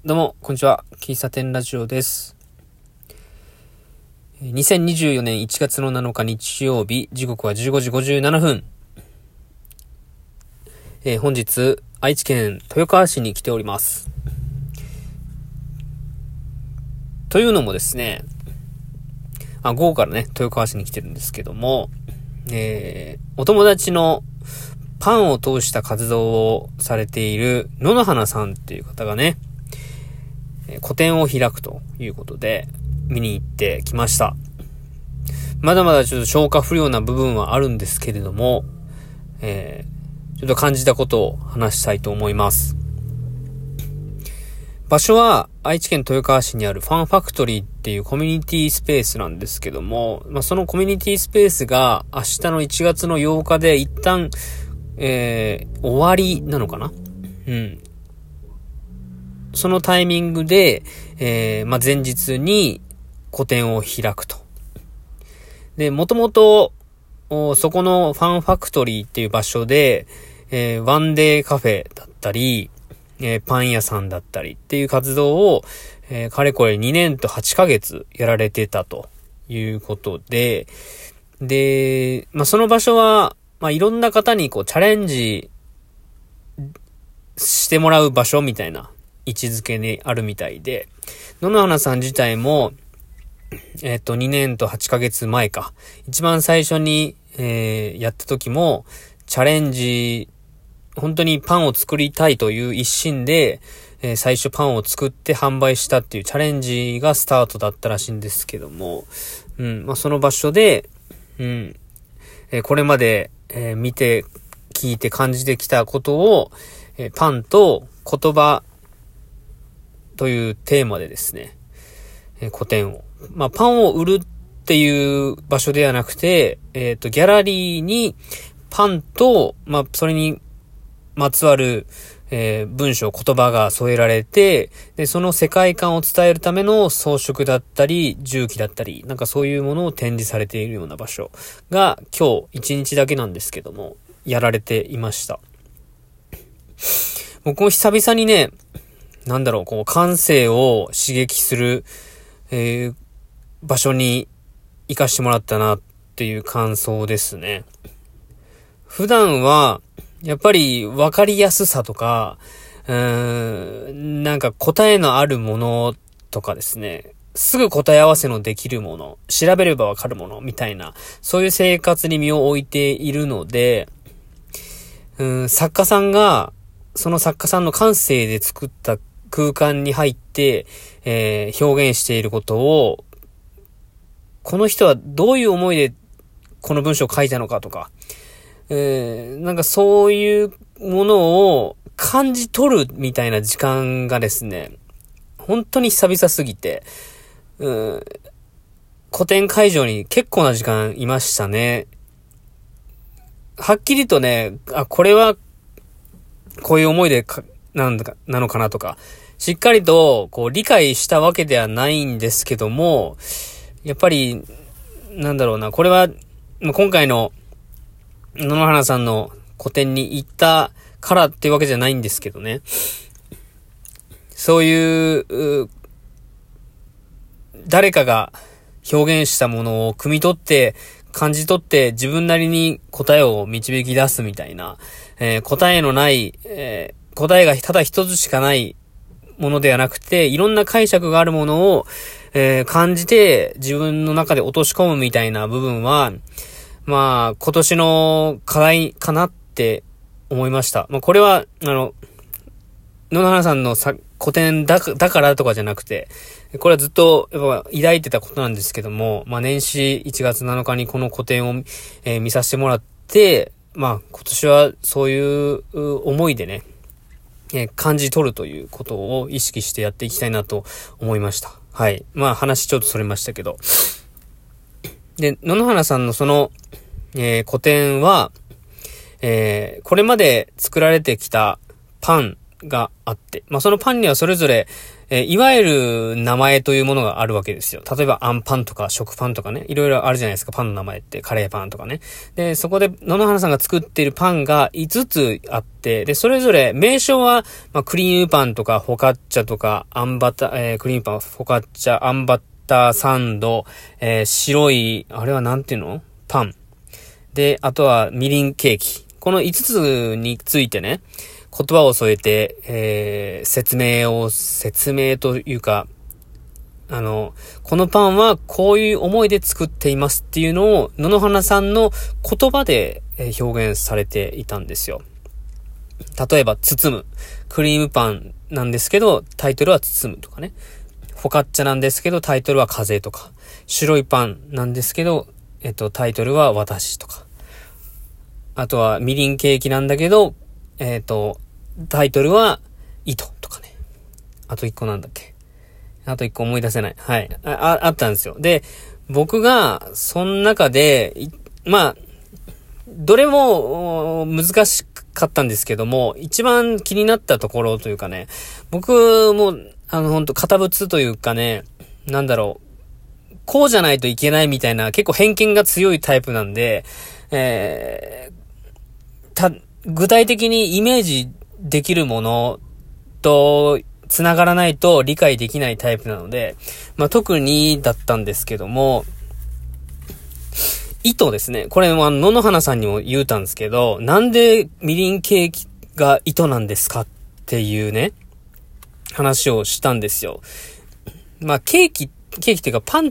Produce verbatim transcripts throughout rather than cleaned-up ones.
どうも、こんにちは。喫茶店ラジオです。にせんにじゅうよねんいちがつのなのか日曜日、時刻はじゅうごじごじゅうななふん。えー、本日、愛知県豊川市に来ております。というのもですね、あ、午後からね、豊川市に来てるんですけども、えー、お友達のパンを通した活動をされている野々花さんっていう方がね、個展を開くということで見に行ってきました。まだまだちょっと消化不良な部分はあるんですけれども、えー、ちょっと感じたことを話したいと思います。場所は愛知県豊川市にあるファンファクトリーっていうコミュニティスペースなんですけども、まあ、そのコミュニティスペースが明日のいちがつのようかで一旦、えー、終わりなのかな?うん。そのタイミングで、えー、まあ、前日に個展を開くと。で、もともと、そこのファンファクトリーっていう場所で、えー、ワンデーカフェだったり、えー、パン屋さんだったりっていう活動を、えー、かれこれにねんとはちかげつやられてたということで、で、まあ、その場所は、まあ、いろんな方にこうチャレンジしてもらう場所みたいな位置づけにあるみたいで、野々花さん自体も、えっと、にねんとはちかげつまえか。一番最初に、えー、やった時も、チャレンジ、本当にパンを作りたいという一心で、えー、最初パンを作って販売したっていうチャレンジがスタートだったらしいんですけども、うん、まあ、その場所で、うん、えー、これまで、えー、見て、聞いて感じてきたことを、えー、パンと言葉、というテーマでですね、えー、個展を。まあ、パンを売るっていう場所ではなくて、えっと、ギャラリーにパンと、まあ、それにまつわる、えー、文章、言葉が添えられて、で、その世界観を伝えるための装飾だったり、重機だったり、なんかそういうものを展示されているような場所が今日一日だけなんですけども、やられていました。僕も久々にね、なんだろう、こう、感性を刺激する、えー、場所に行かしてもらったなっていう感想ですね。普段は、やっぱり分かりやすさとか、うーん、なんか答えのあるものとかですね、すぐ答え合わせのできるもの、調べれば分かるものみたいな、そういう生活に身を置いているので、うーん、作家さんが、その作家さんの感性で作った空間に入って、えー、表現していることを、この人はどういう思いでこの文章を書いたのかとか、えー、なんかそういうものを感じ取るみたいな時間がですね、本当に久々すぎて、うん、個展会場に結構な時間いましたね。はっきりとね、あ、これはこういう思いでかなんだか、なのかなとか、しっかりと、こう、理解したわけではないんですけども、やっぱり、なんだろうな、これは、今回の、野々花さんの個展に行ったからっていうわけじゃないんですけどね。そういう、う誰かが表現したものを汲み取って、感じ取って自分なりに答えを導き出すみたいな、えー、答えのない、えー答えがただ一つしかないものではなくて、いろんな解釈があるものを、えー、感じて自分の中で落とし込むみたいな部分は、まあ、今年の課題かなって思いました。まあ、これは、あの、野々花さんのさ個展だ、だからとかじゃなくて、これはずっとやっぱ抱いてたことなんですけども、まあ、年始いちがつなのかにこの個展を、えー、見させてもらって、まあ、今年はそういう思いでね、えー、感じ取るということを意識してやっていきたいなと思いました。はい。まあ話ちょっとそれましたけど。で、野々花さんのその、えー、個展は、えー、これまで作られてきたパンがあって、まあそのパンにはそれぞれ、えー、いわゆる名前というものがあるわけですよ。例えばアンパンとか食パンとかね、いろいろあるじゃないですか、パンの名前って、カレーパンとかね。で、そこで野々花さんが作っているパンがいつつあって、で、それぞれ名称は、まあクリームパンとかフォカッチャとか、アンバタ、えー、クリームパン、フォカッチャ、アンバターサンド、えー、白い、あれはなんていうの？パン。で、あとはみりんケーキ。このいつつについてね、言葉を添えて、えー、説明を、説明というか、あの、このパンはこういう思いで作っていますっていうのを、野々花さんの言葉で表現されていたんですよ。例えば、包む。クリームパンなんですけど、タイトルは包むとかね。フォカッチャなんですけど、タイトルは風とか。白いパンなんですけど、えっと、タイトルは私とか。あとは、みりんケーキなんだけど、えっと、タイトルは、糸とかね。あと一個なんだっけ。あと一個思い出せない。はい。あ、あ、あったんですよ。で、僕が、その中で、まあ、どれも、難しかったんですけども、一番気になったところというかね、僕も、あの、ほんと、堅物というかね、なんだろう、こうじゃないといけないみたいな、結構偏見が強いタイプなんで、えー、た、具体的にイメージできるものと繋がらないと理解できないタイプなので、まあ、特にだったんですけども、糸ですね。これは野々花さんにも言うたんですけど、なんでみりんケーキが糸なんですかっていうね、話をしたんですよ。まあ、ケーキ、ケーキっていうかパンって、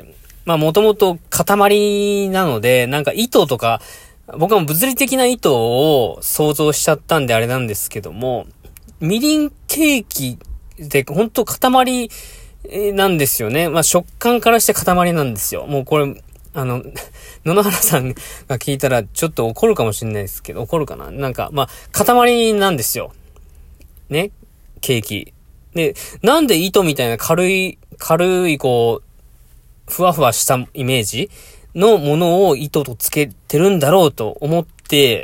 まあ、もともと塊なので、なんか糸とか、僕は物理的な糸を想像しちゃったんであれなんですけども、みりんケーキって本当塊なんですよね。まあ、食感からして塊なんですよ。もうこれ、あの、野々花さんが聞いたらちょっと怒るかもしれないですけど、怒るかな？なんか、まあ、塊なんですよ。ね？ケーキ。で、なんで糸みたいな軽い、軽いこう、ふわふわしたイメージのものを糸とつけてるんだろうと思って、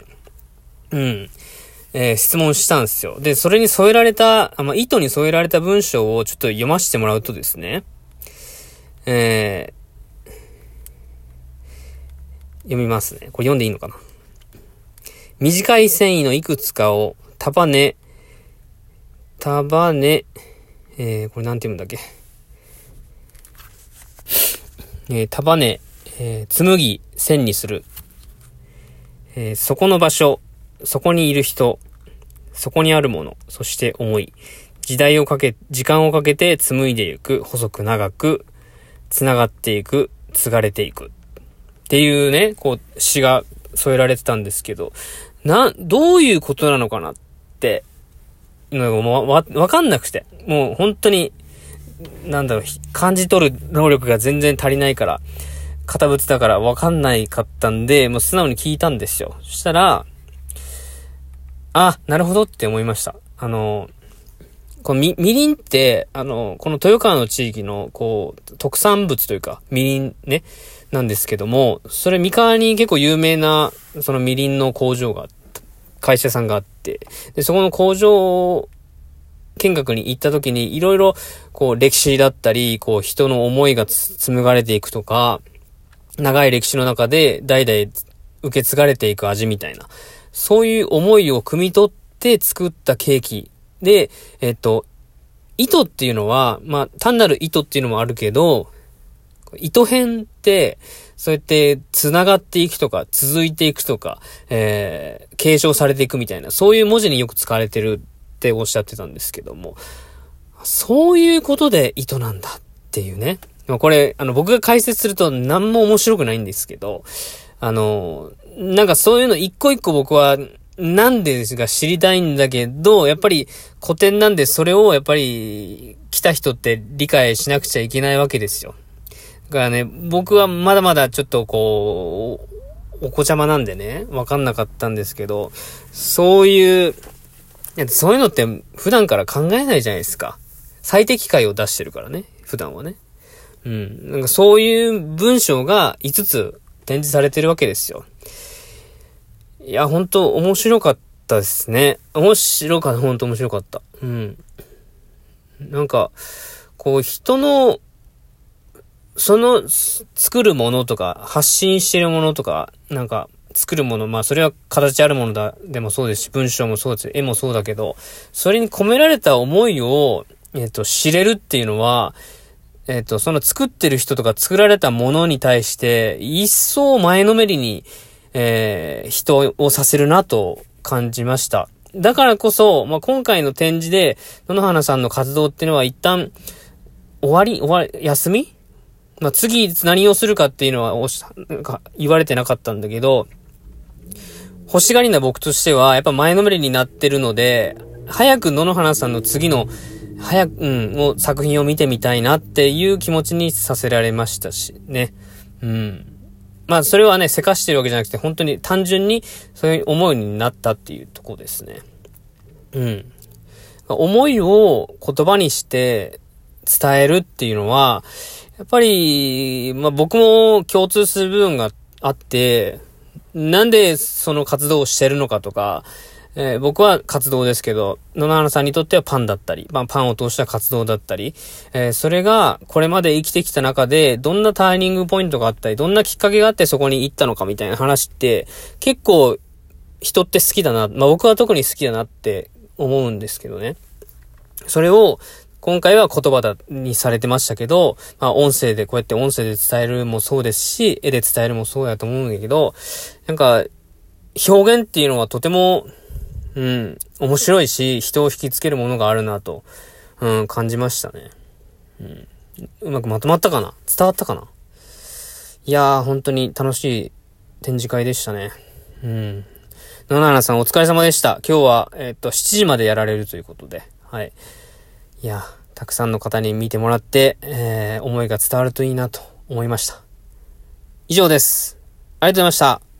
うん、えー、質問したんですよ。で、それに添えられた、あまあ、糸に添えられた文章をちょっと読ませてもらうとですね、えー、読みますね。これ読んでいいのかな？短い繊維のいくつかを束ね、束ね、えー、これなんて読むんだっけ？えー、束ね、えー、紡ぎ、線にする。えー、そこの場所、そこにいる人、そこにあるもの、そして思い。時代をかけ、時間をかけて紡いでいく、細く長く、繋がっていく、継がれていく。っていうね、こう、詩が添えられてたんですけど、な、どういうことなのかなって、もうわ、わかんなくて。もう本当に、なんだろう、感じ取る能力が全然足りないから、堅物だからわかんないかったんで、もう素直に聞いたんですよ。そしたら、あ、なるほどって思いました。あの、このみ、みりんって、あの、この豊川の地域の、こう、特産物というか、みりんね、なんですけども、それ三河に結構有名な、そのみりんの工場が、会社さんがあって、で、そこの工場見学に行った時に、いろいろ、こう、歴史だったり、こう、人の思いが紡がれていくとか、長い歴史の中で代々受け継がれていく味みたいな、そういう思いを汲み取って作ったケーキで、えっと、糸っていうのは、まあ、単なる糸っていうのもあるけど、糸編って、そうやって繋がっていくとか、続いていくとか、えー、継承されていくみたいな、そういう文字によく使われてるっておっしゃってたんですけども、そういうことで糸なんだっていうね。これ、あの、僕が解説すると何も面白くないんですけど、あの、なんかそういうの一個一個僕は、なんでが知りたいんだけど、やっぱり古典なんでそれをやっぱり来た人って理解しなくちゃいけないわけですよ。だからね、僕はまだまだちょっとこう、お子ちゃまなんでね、わかんなかったんですけど、そういう、そういうのって普段から考えないじゃないですか。最適解を出してるからね、普段はね。うん。なんかそういう文章がいつつ展示されてるわけですよ。いや、本当面白かっったですね。面白かった。ほんと面白かった。うん。なんか、こう人の、その作るものとか、発信してるものとか、なんか作るもの、まあそれは形あるものだ、でもそうですし、文章もそうです、絵もそうだけど、それに込められた思いを、えっと、知れるっていうのは、えっと、その作ってる人とか作られたものに対して、一層前のめりに、えー、人をさせるなと感じました。だからこそ、まあ、今回の展示で、野々花さんの活動っていうのは一旦、終わり終わり休みまあ、次何をするかっていうのはおしなんか言われてなかったんだけど、欲しがりな僕としては、やっぱ前のめりになってるので、早く野々花さんの次の、早く、うん、もう作品を見てみたいなっていう気持ちにさせられましたし、ね。うん。まあ、それはね、せかしてるわけじゃなくて、本当に単純にそういう思いになったっていうところですね。うん。思いを言葉にして伝えるっていうのは、やっぱり、まあ僕も共通する部分があって、なんでその活動をしてるのかとか、えー、僕は活動ですけど、野々花さんにとってはパンだったり、まあパンを通した活動だったり、えー、それがこれまで生きてきた中で、どんなターニングポイントがあったり、どんなきっかけがあってそこに行ったのかみたいな話って、結構人って好きだな、まあ僕は特に好きだなって思うんですけどね。それを、今回は言葉だにされてましたけど、まあ音声でこうやって音声で伝えるもそうですし、絵で伝えるもそうだと思うんだけど、なんか表現っていうのはとても、うん、面白いし、人を引きつけるものがあるなと、うん、感じましたね。うん、うまくまとまったかな？伝わったかな？いやー、本当に楽しい展示会でしたね。うん。野々花さんお疲れ様でした。今日は、えっと、しちじまでやられるということで、はい。いや、たくさんの方に見てもらって、えー、思いが伝わるといいなと思いました。以上です。ありがとうございました。